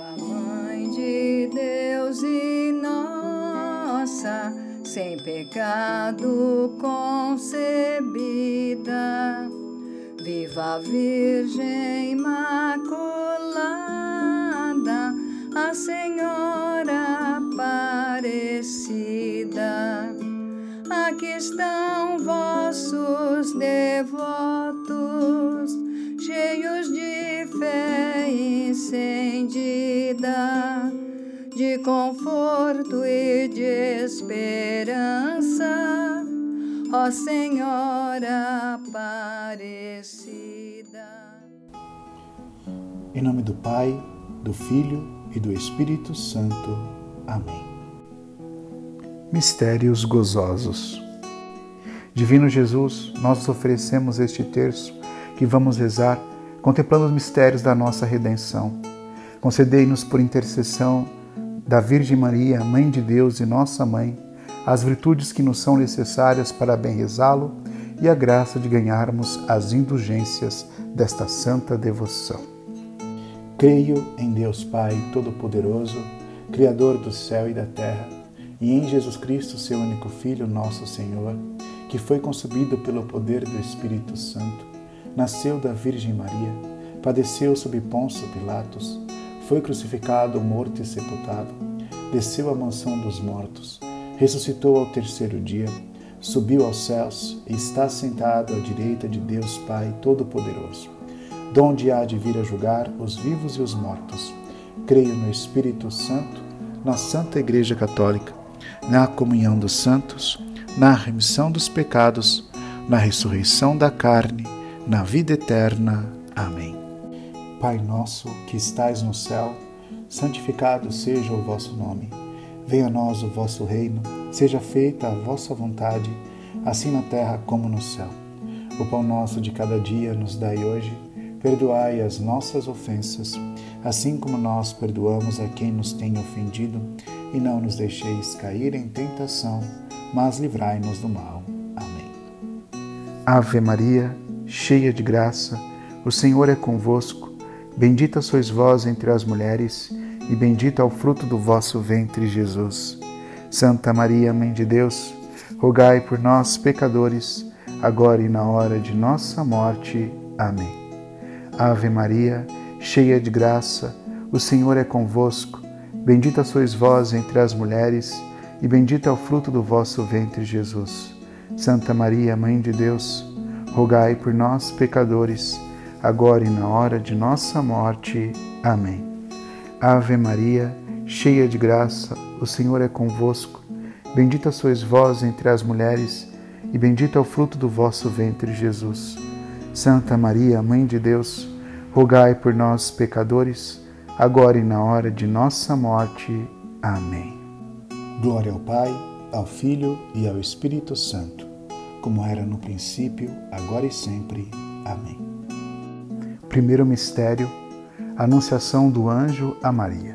Viva Mãe de Deus e nossa, sem pecado concebida. Viva a Virgem Imaculada, a Senhora Aparecida. Aqui estão vossos devotos, cheios de fé incendida, de conforto e de esperança, ó Senhora Aparecida. Em nome do Pai, do Filho e do Espírito Santo. Amém. Mistérios gozosos. Divino Jesus, nós oferecemos este terço que vamos rezar, contemplando os mistérios da nossa redenção. Concedei-nos, por intercessão da Virgem Maria, Mãe de Deus e nossa Mãe, as virtudes que nos são necessárias para bem rezá-lo e a graça de ganharmos as indulgências desta santa devoção. Creio em Deus Pai Todo-Poderoso, Criador do céu e da terra, e em Jesus Cristo, seu único Filho, nosso Senhor, que foi concebido pelo poder do Espírito Santo, nasceu da Virgem Maria, padeceu sob Pôncio Pilatos, foi crucificado, morto e sepultado, desceu à mansão dos mortos, ressuscitou ao terceiro dia, subiu aos céus e está sentado à direita de Deus Pai Todo-Poderoso, donde há de vir a julgar os vivos e os mortos. Creio no Espírito Santo, na Santa Igreja Católica, na comunhão dos santos, na remissão dos pecados, na ressurreição da carne, na vida eterna. Amém. Pai nosso, que estais no céu, santificado seja o vosso nome. Venha a nós o vosso reino, seja feita a vossa vontade, assim na terra como no céu. O pão nosso de cada dia nos dai hoje, perdoai as nossas ofensas, assim como nós perdoamos a quem nos tem ofendido, e não nos deixeis cair em tentação, mas livrai-nos do mal. Amém. Ave Maria, cheia de graça, o Senhor é convosco. Bendita sois vós entre as mulheres, e bendito é o fruto do vosso ventre, Jesus. Santa Maria, Mãe de Deus, rogai por nós, pecadores, agora e na hora de nossa morte. Amém. Ave Maria, cheia de graça, o Senhor é convosco. Bendita sois vós entre as mulheres, e bendito é o fruto do vosso ventre, Jesus. Santa Maria, Mãe de Deus, rogai por nós, pecadores, agora e na hora de nossa morte. Amém. Ave Maria, cheia de graça, o Senhor é convosco. Bendita sois vós entre as mulheres, e bendito é o fruto do vosso ventre, Jesus. Santa Maria, Mãe de Deus, rogai por nós, pecadores, agora e na hora de nossa morte. Amém. Glória ao Pai, ao Filho e ao Espírito Santo, como era no princípio, agora e sempre. Amém. Primeiro mistério, Anunciação do anjo a Maria.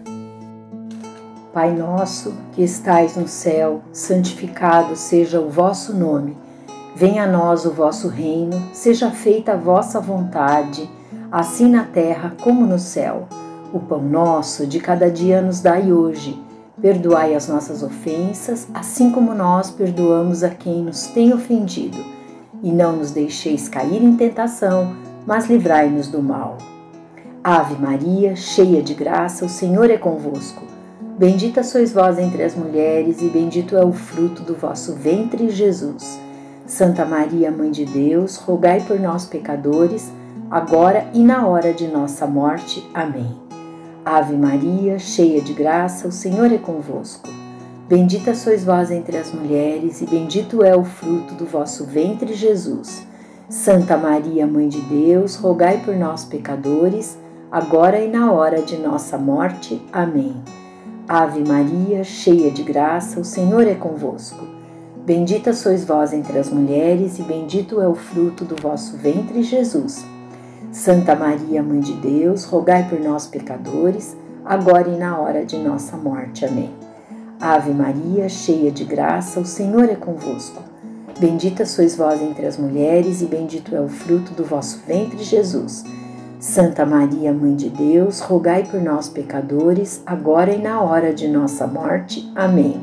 Pai nosso, que estais no céu, santificado seja o vosso nome. Venha a nós o vosso reino, seja feita a vossa vontade, assim na terra como no céu. O pão nosso de cada dia nos dai hoje. Perdoai as nossas ofensas, assim como nós perdoamos a quem nos tem ofendido. E não nos deixeis cair em tentação, mas livrai-nos do mal. Ave Maria, cheia de graça, o Senhor é convosco. Bendita sois vós entre as mulheres, e bendito é o fruto do vosso ventre, Jesus. Santa Maria, Mãe de Deus, rogai por nós, pecadores, agora e na hora de nossa morte. Amém. Ave Maria, cheia de graça, o Senhor é convosco. Bendita sois vós entre as mulheres, e bendito é o fruto do vosso ventre, Jesus. Santa Maria, Mãe de Deus, rogai por nós, pecadores, agora e na hora de nossa morte. Amém. Ave Maria, cheia de graça, o Senhor é convosco. Bendita sois vós entre as mulheres, e bendito é o fruto do vosso ventre, Jesus. Santa Maria, Mãe de Deus, rogai por nós, pecadores, agora e na hora de nossa morte. Amém. Ave Maria, cheia de graça, o Senhor é convosco. Bendita sois vós entre as mulheres, e bendito é o fruto do vosso ventre, Jesus. Santa Maria, Mãe de Deus, rogai por nós, pecadores, agora e na hora de nossa morte. Amém.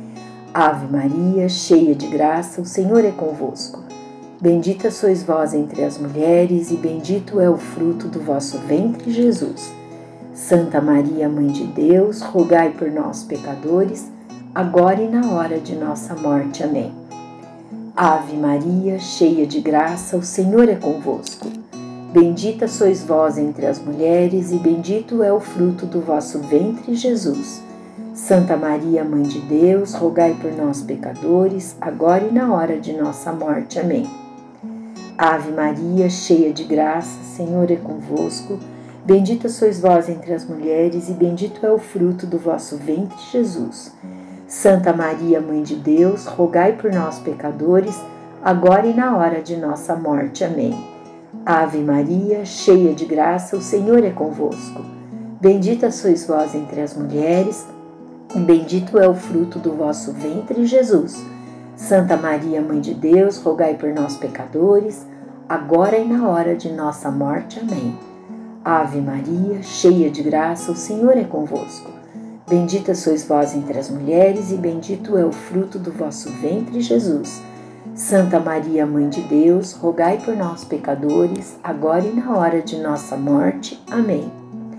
Ave Maria, cheia de graça, o Senhor é convosco. Bendita sois vós entre as mulheres, e bendito é o fruto do vosso ventre, Jesus. Santa Maria, Mãe de Deus, rogai por nós, pecadores, agora e na hora de nossa morte. Amém. Ave Maria, cheia de graça, o Senhor é convosco. Bendita sois vós entre as mulheres, e bendito é o fruto do vosso ventre, Jesus. Santa Maria, Mãe de Deus, rogai por nós, pecadores, agora e na hora de nossa morte. Amém. Ave Maria, cheia de graça, o Senhor é convosco. Bendita sois vós entre as mulheres, e bendito é o fruto do vosso ventre, Jesus. Santa Maria, Mãe de Deus, rogai por nós, pecadores, agora e na hora de nossa morte. Amém. Ave Maria, cheia de graça, o Senhor é convosco. Bendita sois vós entre as mulheres, e bendito é o fruto do vosso ventre, Jesus. Santa Maria, Mãe de Deus, rogai por nós, pecadores, agora e na hora de nossa morte. Amém. Ave Maria, cheia de graça, o Senhor é convosco. Bendita sois vós entre as mulheres, e bendito é o fruto do vosso ventre, Jesus. Santa Maria, Mãe de Deus, rogai por nós, pecadores, agora e na hora de nossa morte. Amém.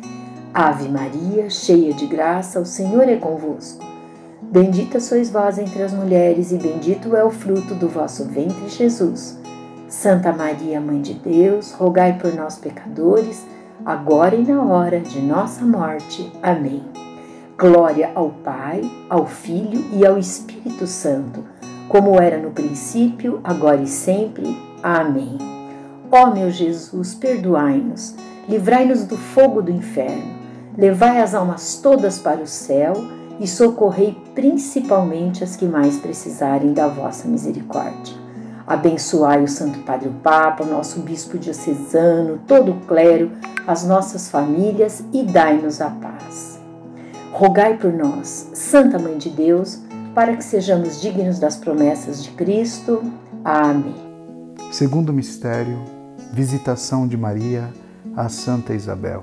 Ave Maria, cheia de graça, o Senhor é convosco. Bendita sois vós entre as mulheres, e bendito é o fruto do vosso ventre, Jesus. Santa Maria, Mãe de Deus, rogai por nós, pecadores, agora e na hora de nossa morte. Amém. Glória ao Pai, ao Filho e ao Espírito Santo, como era no princípio, agora e sempre. Amém. Ó meu Jesus, perdoai-nos, livrai-nos do fogo do inferno, levai as almas todas para o céu e socorrei principalmente as que mais precisarem da vossa misericórdia. Abençoai o Santo Padre o Papa, o nosso Bispo diocesano, todo o clero, as nossas famílias e dai-nos a paz. Rogai por nós, Santa Mãe de Deus, para que sejamos dignos das promessas de Cristo. Amém. Segundo mistério, visitação de Maria a Santa Isabel.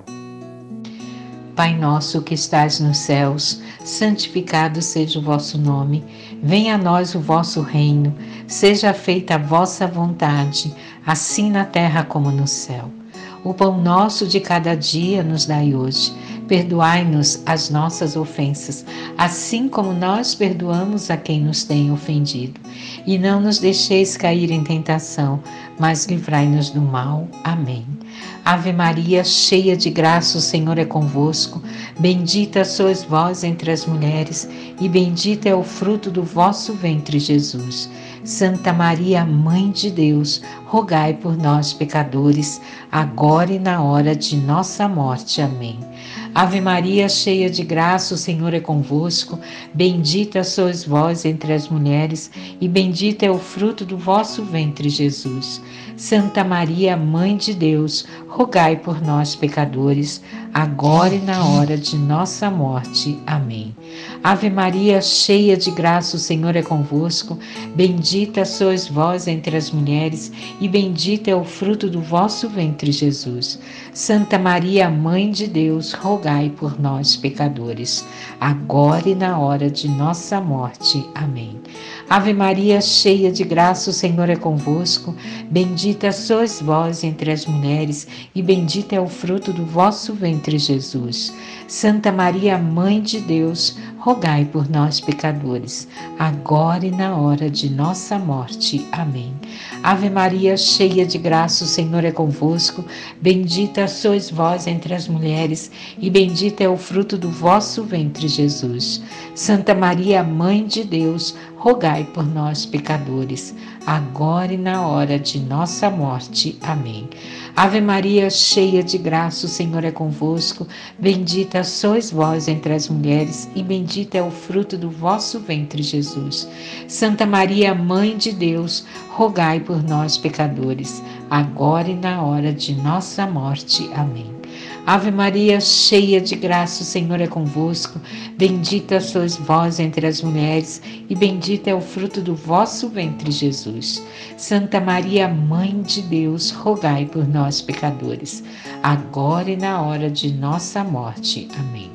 Pai nosso que estais nos céus, santificado seja o vosso nome. Venha a nós o vosso reino. Seja feita a vossa vontade, assim na terra como no céu. O pão nosso de cada dia nos dai hoje. Perdoai-nos as nossas ofensas, assim como nós perdoamos a quem nos tem ofendido. E não nos deixeis cair em tentação, mas livrai-nos do mal. Amém. Ave Maria, cheia de graça, o Senhor é convosco. Bendita sois vós entre as mulheres, e bendito é o fruto do vosso ventre, Jesus. Santa Maria, Mãe de Deus, rogai por nós, pecadores, agora e na hora de nossa morte. Amém. Ave Maria, cheia de graça, o Senhor é convosco. Bendita sois vós entre as mulheres, e bendito é o fruto do vosso ventre, Jesus. Santa Maria, Mãe de Deus, rogai por nós, pecadores, agora e na hora de nossa morte. Amém. Ave Maria, cheia de graça, o Senhor é convosco. Bendita sois vós entre as mulheres, e bendito é o fruto do vosso ventre, Jesus. Santa Maria, Mãe de Deus, rogai por nós, pecadores, agora e na hora de nossa morte. Amém. Ave Maria, cheia de graça, o Senhor é convosco. Bendita sois vós entre as mulheres, e bendito é o fruto do vosso ventre, Jesus. Santa Maria, Mãe de Deus, rogai por nós, pecadores, agora e na hora de nossa morte. Amém. Ave Maria, cheia de graça, o Senhor é convosco. Bendita sois vós entre as mulheres, e bendito é o fruto do vosso ventre, Jesus. Santa Maria, Mãe de Deus, rogai por nós, pecadores, agora e na hora de nossa morte. Amém. Ave Maria, cheia de graça, o Senhor é convosco. Bendita sois vós entre as mulheres, e bendito é o fruto do vosso ventre, Jesus. Santa Maria, Mãe de Deus, rogai por nós, pecadores, agora e na hora de nossa morte. Amém. Ave Maria, cheia de graça, o Senhor é convosco. Bendita sois vós entre as mulheres, e bendito é o fruto do vosso ventre, Jesus. Santa Maria, Mãe de Deus, rogai por nós, pecadores, agora e na hora de nossa morte. Amém.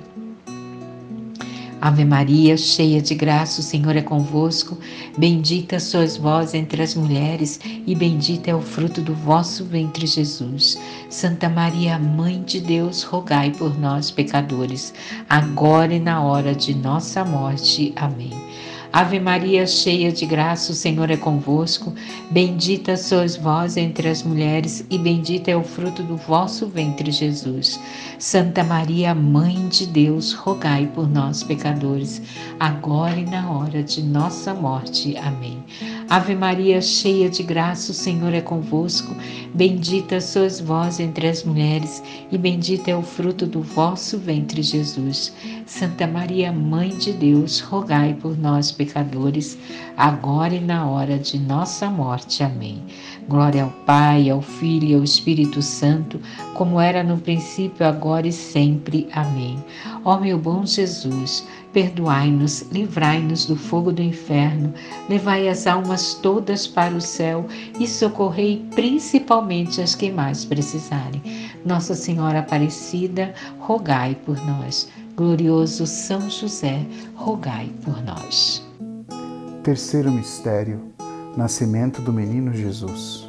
Ave Maria, cheia de graça, o Senhor é convosco. Bendita sois vós entre as mulheres, e bendito é o fruto do vosso ventre, Jesus. Santa Maria, Mãe de Deus, rogai por nós, pecadores, agora e na hora de nossa morte. Amém. Ave Maria, cheia de graça, o Senhor é convosco. Bendita sois vós entre as mulheres, e bendito é o fruto do vosso ventre, Jesus. Santa Maria, Mãe de Deus, rogai por nós, pecadores, agora e na hora de nossa morte. Amém. Ave Maria, cheia de graça, o Senhor é convosco. Bendita sois vós entre as mulheres, e bendito é o fruto do vosso ventre, Jesus. Santa Maria, Mãe de Deus, rogai por nós, pecadores, agora e na hora de nossa morte. Amém. Glória ao Pai, ao Filho e ao Espírito Santo, como era no princípio, agora e sempre. Amém. Ó meu bom Jesus, perdoai-nos, livrai-nos do fogo do inferno, levai as almas todas para o céu e socorrei principalmente as que mais precisarem. Nossa Senhora Aparecida, rogai por nós. Glorioso São José, rogai por nós. Terceiro mistério, nascimento do menino Jesus.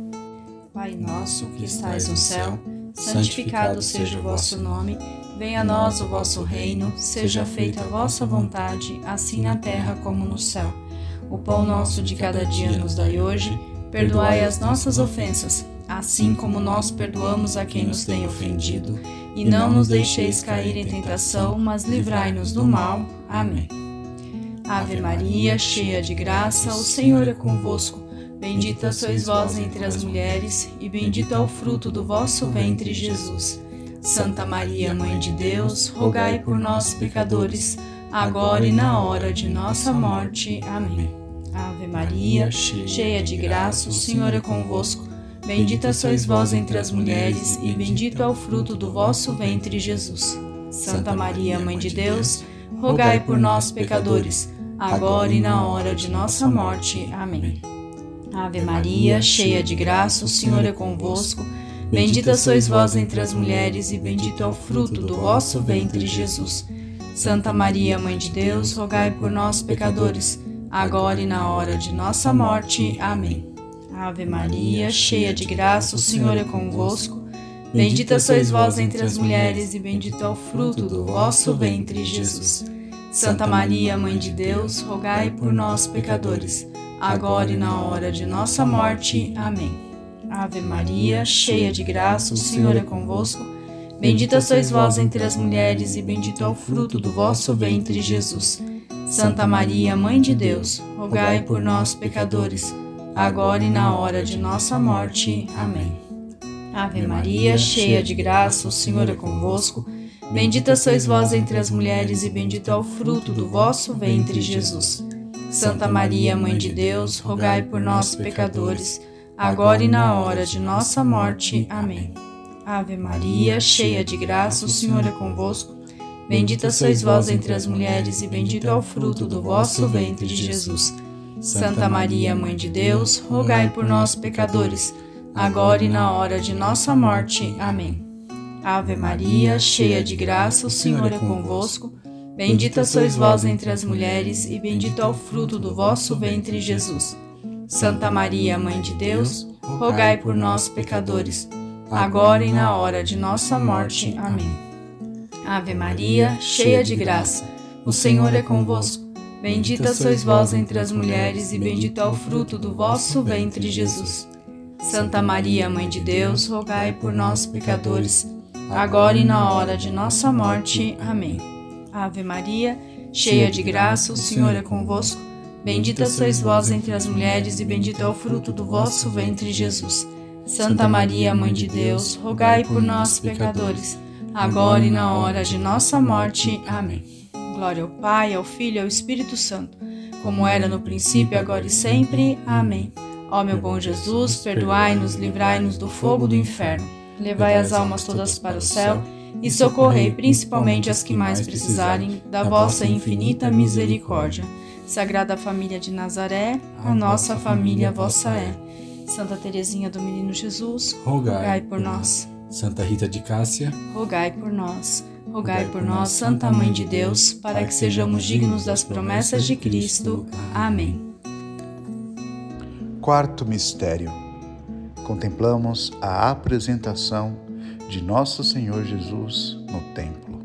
Pai nosso que estais no céu, santificado seja o vosso nome. Venha a nós o vosso reino, seja feita a vossa vontade, assim na terra como no céu. O pão nosso de cada dia nos dai hoje, perdoai as nossas ofensas, assim como nós perdoamos a quem nos tem ofendido, e não nos deixeis cair em tentação, mas livrai-nos do mal. Amém. Ave Maria, cheia de graça, o Senhor é convosco. Bendita sois vós entre as mulheres, e bendito é o fruto do vosso ventre, Jesus. Santa Maria, Mãe de Deus, rogai por nós, pecadores, agora e na hora de nossa morte. Amém. Ave Maria, cheia de graça, o Senhor é convosco. Bendita sois vós entre as mulheres, e bendito é o fruto do vosso ventre, Jesus. Santa Maria, Mãe de Deus, rogai por nós, pecadores, agora e na hora de nossa morte. Amém. Ave Maria, cheia de graça, o Senhor é convosco. Bendita sois vós entre as mulheres, e bendito é o fruto do vosso ventre, Jesus. Santa Maria, Mãe de Deus, rogai por nós, pecadores, agora e na hora de nossa morte. Amém. Ave Maria, cheia de graça, o Senhor é convosco. Bendita sois vós entre as mulheres, e bendito é o fruto do vosso ventre, Jesus. Santa Maria, Mãe de Deus, rogai por nós, pecadores, agora e na hora de nossa morte. Amém. Ave Maria, cheia de graça, o Senhor é convosco. Bendita sois vós entre as mulheres, e bendito é o fruto do vosso ventre, Jesus. Santa Maria, Mãe de Deus, rogai por nós, pecadores, agora e na hora de nossa morte. Amém. Ave Maria, cheia de graça, o Senhor é convosco. Bendita sois vós entre as mulheres, e bendito é o fruto do vosso ventre, Jesus. Santa Maria, Mãe de Deus, rogai por nós, pecadores, agora e na hora de nossa morte. Amém. Ave Maria, cheia de graça, o Senhor é convosco. Bendita sois vós entre as mulheres, e bendito é o fruto do vosso ventre, Jesus. Santa Maria, Mãe de Deus, rogai por nós, pecadores, agora e na hora de nossa morte. Amém. Ave Maria, cheia de graça, o Senhor é convosco. Bendita sois vós entre as mulheres, e bendito é o fruto do vosso ventre, Jesus. Santa Maria, Mãe de Deus, rogai por nós, pecadores, agora e na hora de nossa morte. Amém. Ave Maria, cheia de graça, o Senhor é convosco. Bendita sois vós entre as mulheres, e bendito é o fruto do vosso ventre, Jesus. Santa Maria, Mãe de Deus, rogai por nós, pecadores, agora e na hora de nossa morte. Amém. Ave Maria, cheia de graça, o Senhor é convosco. Bendita sois vós entre as mulheres, e bendito é o fruto do vosso ventre, Jesus. Santa Maria, Mãe de Deus, rogai por nós, pecadores, agora e na hora de nossa morte. Amém. Glória ao Pai, ao Filho e ao Espírito Santo, como era no princípio, agora e sempre. Amém. Ó meu bom Jesus, perdoai-nos, livrai-nos do fogo do inferno. levai as almas todas para o céu e socorrei principalmente as que mais precisarem da vossa infinita misericórdia. Sagrada Família de Nazaré, a nossa família vossa é. Santa Teresinha do Menino Jesus, rogai por nós. Santa Rita de Cássia, rogai por nós. Rogai por nós, Santa Mãe de Deus, para que sejamos dignos das promessas de Cristo. Amém. Quarto mistério. Contemplamos a apresentação de Nosso Senhor Jesus no templo.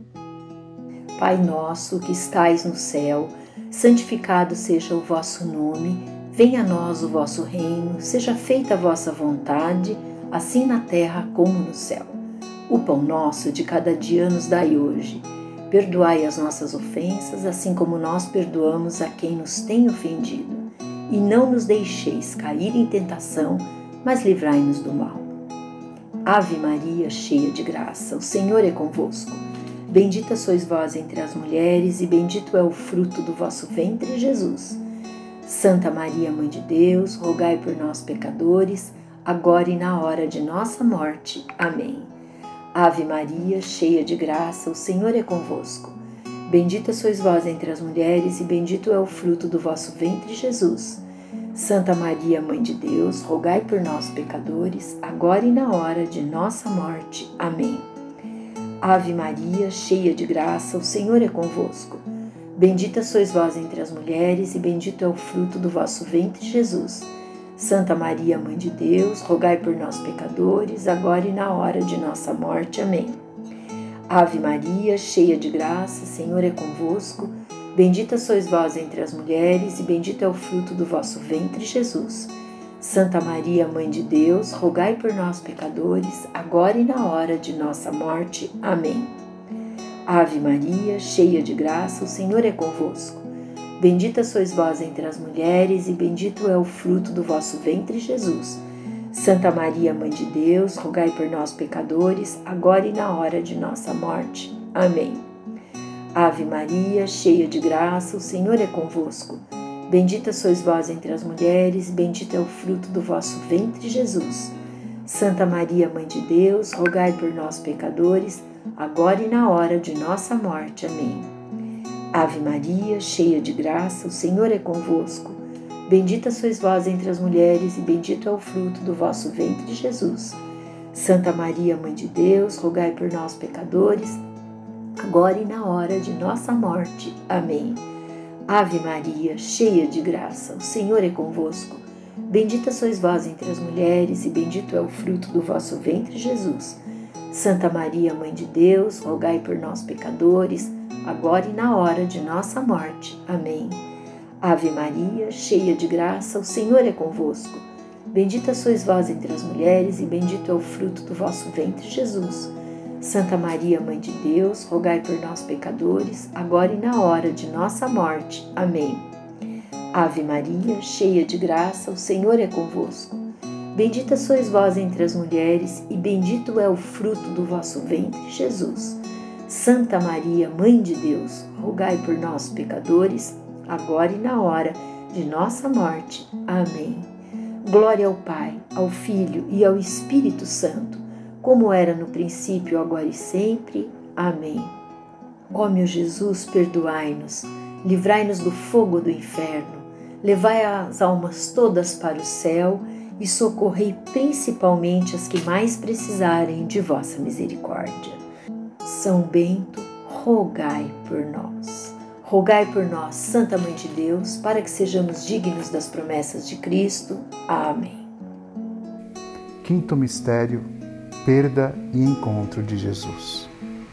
Pai nosso que estais no céu, santificado seja o vosso nome, venha a nós o vosso reino, seja feita a vossa vontade, assim na terra como no céu. O pão nosso de cada dia nos dai hoje. Perdoai as nossas ofensas, assim como nós perdoamos a quem nos tem ofendido. E não nos deixeis cair em tentação, mas livrai-nos do mal. Ave Maria, cheia de graça, o Senhor é convosco. Bendita sois vós entre as mulheres, e bendito é o fruto do vosso ventre, Jesus. Santa Maria, Mãe de Deus, rogai por nós, pecadores, agora e na hora de nossa morte. Amém. Ave Maria, cheia de graça, o Senhor é convosco. Bendita sois vós entre as mulheres, e bendito é o fruto do vosso ventre, Jesus. Santa Maria, Mãe de Deus, rogai por nós, pecadores, agora e na hora de nossa morte. Amém. Ave Maria, cheia de graça, o Senhor é convosco. Bendita sois vós entre as mulheres, e bendito é o fruto do vosso ventre, Jesus. Santa Maria, Mãe de Deus, rogai por nós, pecadores, agora e na hora de nossa morte. Amém. Ave Maria, cheia de graça, o Senhor é convosco. Bendita sois vós entre as mulheres, e bendito é o fruto do vosso ventre, Jesus. Santa Maria, Mãe de Deus, rogai por nós, pecadores, agora e na hora de nossa morte. Amém. Ave Maria, cheia de graça, o Senhor é convosco. Bendita sois vós entre as mulheres, e bendito é o fruto do vosso ventre, Jesus. Santa Maria, Mãe de Deus, rogai por nós, pecadores, agora e na hora de nossa morte. Amém. Ave Maria, cheia de graça, o Senhor é convosco. Bendita sois vós entre as mulheres, bendito é o fruto do vosso ventre, Jesus. Santa Maria, Mãe de Deus, rogai por nós, pecadores, agora e na hora de nossa morte. Amém. Ave Maria, cheia de graça, o Senhor é convosco. Bendita sois vós entre as mulheres, e bendito é o fruto do vosso ventre, Jesus. Santa Maria, Mãe de Deus, rogai por nós, pecadores, agora e na hora de nossa morte. Amém. Ave Maria, cheia de graça, o Senhor é convosco. Bendita sois vós entre as mulheres, e bendito é o fruto do vosso ventre, Jesus. Santa Maria, Mãe de Deus, rogai por nós, pecadores, agora e na hora de nossa morte. Amém. Ave Maria, cheia de graça, o Senhor é convosco. Bendita sois vós entre as mulheres, e bendito é o fruto do vosso ventre, Jesus. Santa Maria, Mãe de Deus, rogai por nós, pecadores, agora e na hora de nossa morte. Amém. Ave Maria, cheia de graça, o Senhor é convosco. Bendita sois vós entre as mulheres, e bendito é o fruto do vosso ventre, Jesus. Santa Maria, Mãe de Deus, rogai por nós, pecadores, agora e na hora de nossa morte. Amém. Glória ao Pai, ao Filho e ao Espírito Santo, como era no princípio, agora e sempre. Amém. Ó meu Jesus, perdoai-nos, livrai-nos do fogo do inferno, levai as almas todas para o céu e socorrei principalmente as que mais precisarem de vossa misericórdia. São Bento, rogai por nós. Rogai por nós, Santa Mãe de Deus, para que sejamos dignos das promessas de Cristo. Amém. Quinto mistério, perda e encontro de Jesus.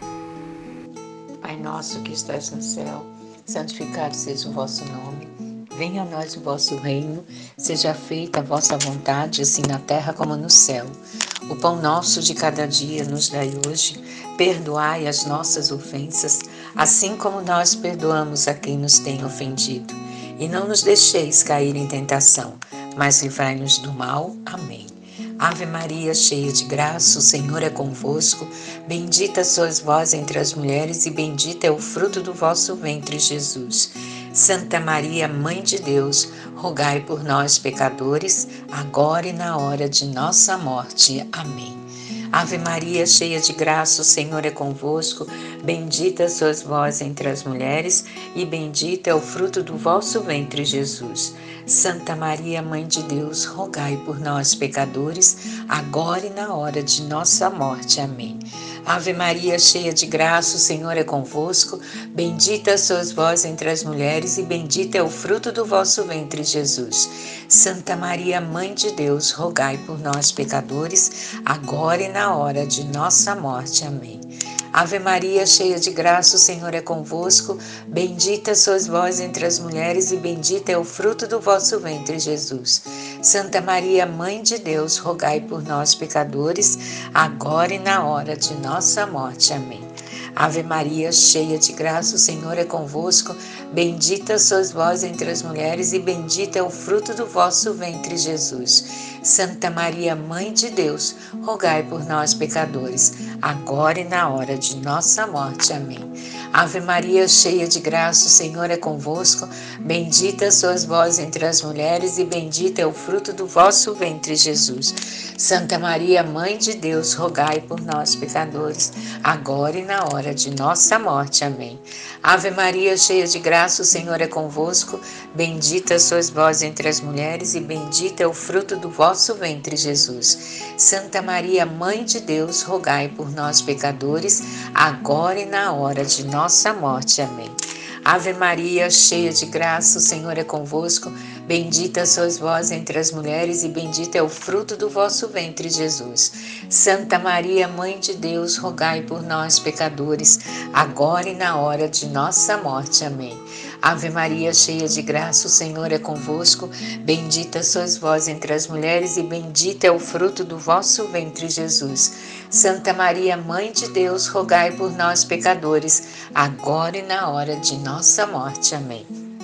Pai nosso que estás no céu, santificado seja o vosso nome. Venha a nós o vosso reino, seja feita a vossa vontade, assim na terra como no céu. O pão nosso de cada dia nos dai hoje, perdoai as nossas ofensas, assim como nós perdoamos a quem nos tem ofendido. E não nos deixeis cair em tentação, mas livrai-nos do mal. Amém. Ave Maria, cheia de graça, o Senhor é convosco. Bendita sois vós entre as mulheres, e bendito é o fruto do vosso ventre, Jesus. Santa Maria, Mãe de Deus, rogai por nós, pecadores, agora e na hora de nossa morte. Amém. Ave Maria, cheia de graça, o Senhor é convosco. Bendita sois vós entre as mulheres, e bendito é o fruto do vosso ventre, Jesus. Santa Maria, Mãe de Deus, rogai por nós, pecadores, agora e na hora de nossa morte. Amém. Ave Maria, cheia de graça, o Senhor é convosco. Bendita sois vós entre as mulheres, e bendito é o fruto do vosso ventre, Jesus. Santa Maria, Mãe de Deus, rogai por nós, pecadores, agora e na hora de nossa morte. Amém. Ave Maria, cheia de graça, o Senhor é convosco. Bendita sois vós entre as mulheres, e bendito é o fruto do vosso ventre, Jesus. Santa Maria, Mãe de Deus, rogai por nós, pecadores, agora e na hora de nossa morte. Amém. Ave Maria, cheia de graça, o Senhor é convosco. Bendita sois vós entre as mulheres, e bendito é o fruto do vosso ventre, Jesus. Santa Maria, Mãe de Deus, rogai por nós, pecadores, agora e na hora de nossa morte. Amém. Ave Maria, cheia de graça, o Senhor é convosco. Bendita sois vós entre as mulheres, e bendito é o fruto do vosso ventre, Jesus. Santa Maria, Mãe de Deus, rogai por nós, pecadores, agora e na hora de nossa morte. Amém. Ave Maria, cheia de graça, o Senhor é convosco. Bendita sois vós entre as mulheres, e bendito é o fruto do vosso ventre, Jesus. Santa Maria, Mãe de Deus, rogai por nós, pecadores, agora e na hora de nossa morte. Amém. Ave Maria, cheia de graça, o Senhor é convosco. Bendita sois vós entre as mulheres, e bendito é o fruto do vosso ventre, Jesus. Santa Maria, Mãe de Deus, rogai por nós, pecadores, agora e na hora de nossa morte. Amém. Ave Maria, cheia de graça, o Senhor é convosco. Bendita sois vós entre as mulheres, e bendito é o fruto do vosso ventre, Jesus. Santa Maria, Mãe de Deus, rogai por nós, pecadores, agora e na hora de nossa morte. Amém.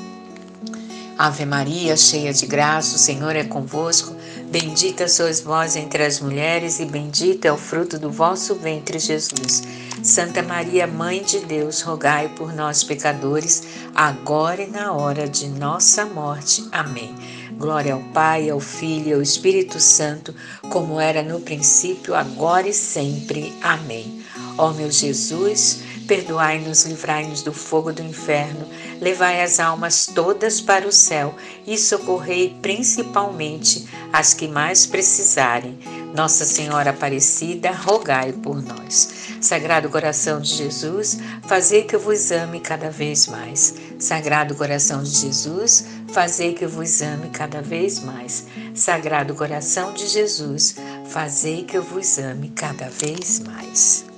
Ave Maria, cheia de graça, o Senhor é convosco. Bendita sois vós entre as mulheres, e bendito é o fruto do vosso ventre, Jesus. Santa Maria, Mãe de Deus, rogai por nós, pecadores, agora e na hora de nossa morte. Amém. Glória ao Pai, ao Filho e ao Espírito Santo, como era no princípio, agora e sempre. Amém. Ó meu Jesus, perdoai-nos, livrai-nos do fogo do inferno, levai as almas todas para o céu e socorrei principalmente as que mais precisarem. Nossa Senhora Aparecida, rogai por nós. Sagrado coração de Jesus, fazei que eu vos ame cada vez mais. Sagrado coração de Jesus, fazei que eu vos ame cada vez mais. Sagrado coração de Jesus, fazei que eu vos ame cada vez mais.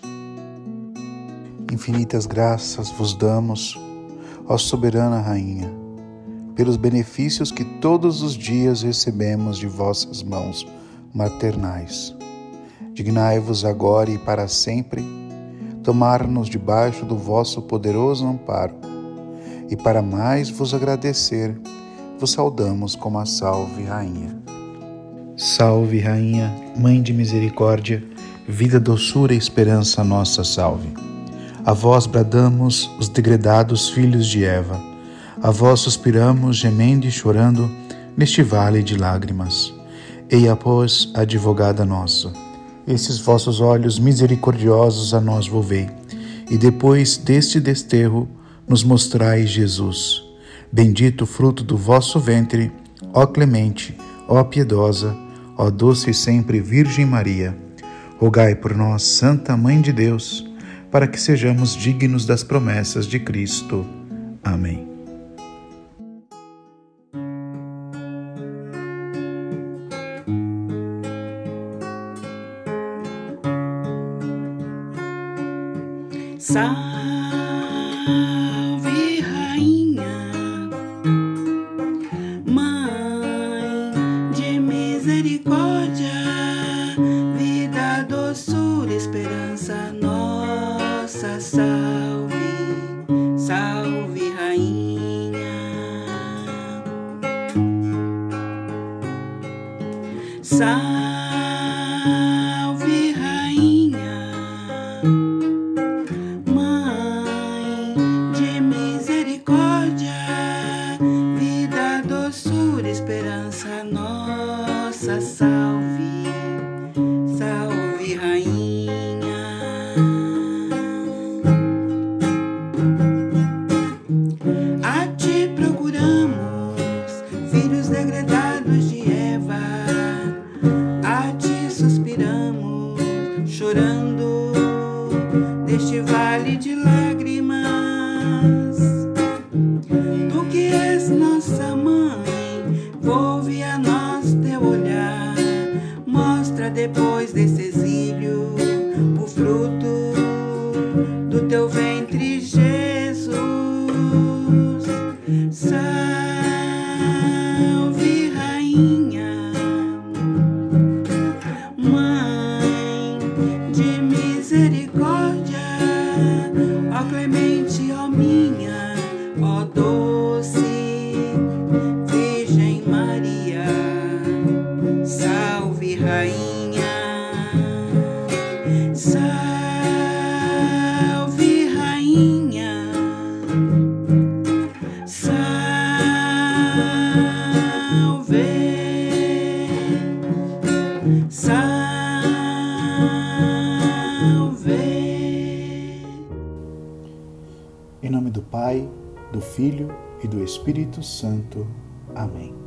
Infinitas graças vos damos, ó soberana Rainha, pelos benefícios que todos os dias recebemos de vossas mãos maternais. Dignai-vos agora e para sempre tomar-nos debaixo do vosso poderoso amparo, e para mais vos agradecer, vos saudamos como a Salve Rainha. Salve Rainha, Mãe de Misericórdia, vida, doçura e esperança nossa, salve. A vós bradamos os degredados filhos de Eva, a vós suspiramos, gemendo e chorando, neste vale de lágrimas. Eia, pois, advogada nossa, esses vossos olhos misericordiosos a nós volvei, e depois deste desterro nos mostrai Jesus. Bendito o fruto do vosso ventre, ó clemente, ó piedosa, ó doce e sempre Virgem Maria. Rogai por nós, Santa Mãe de Deus, para que sejamos dignos das promessas de Cristo. Amém. Salve Rainha, Mãe de Misericórdia, vida, doçura, esperança nossa, salve, salve Rainha. Salve Rainha, Mãe de Misericórdia, vida, doçura, esperança nossa, salve, salve Rainha. ventre Jesus. Salve, Rainha, Mãe de misericórdia, ó clemente, ó minha, ó doce Virgem Maria. Salve, Rainha, salve, Rainha, salve, salve. Em nome do Pai, do Filho e do Espírito Santo. Amém.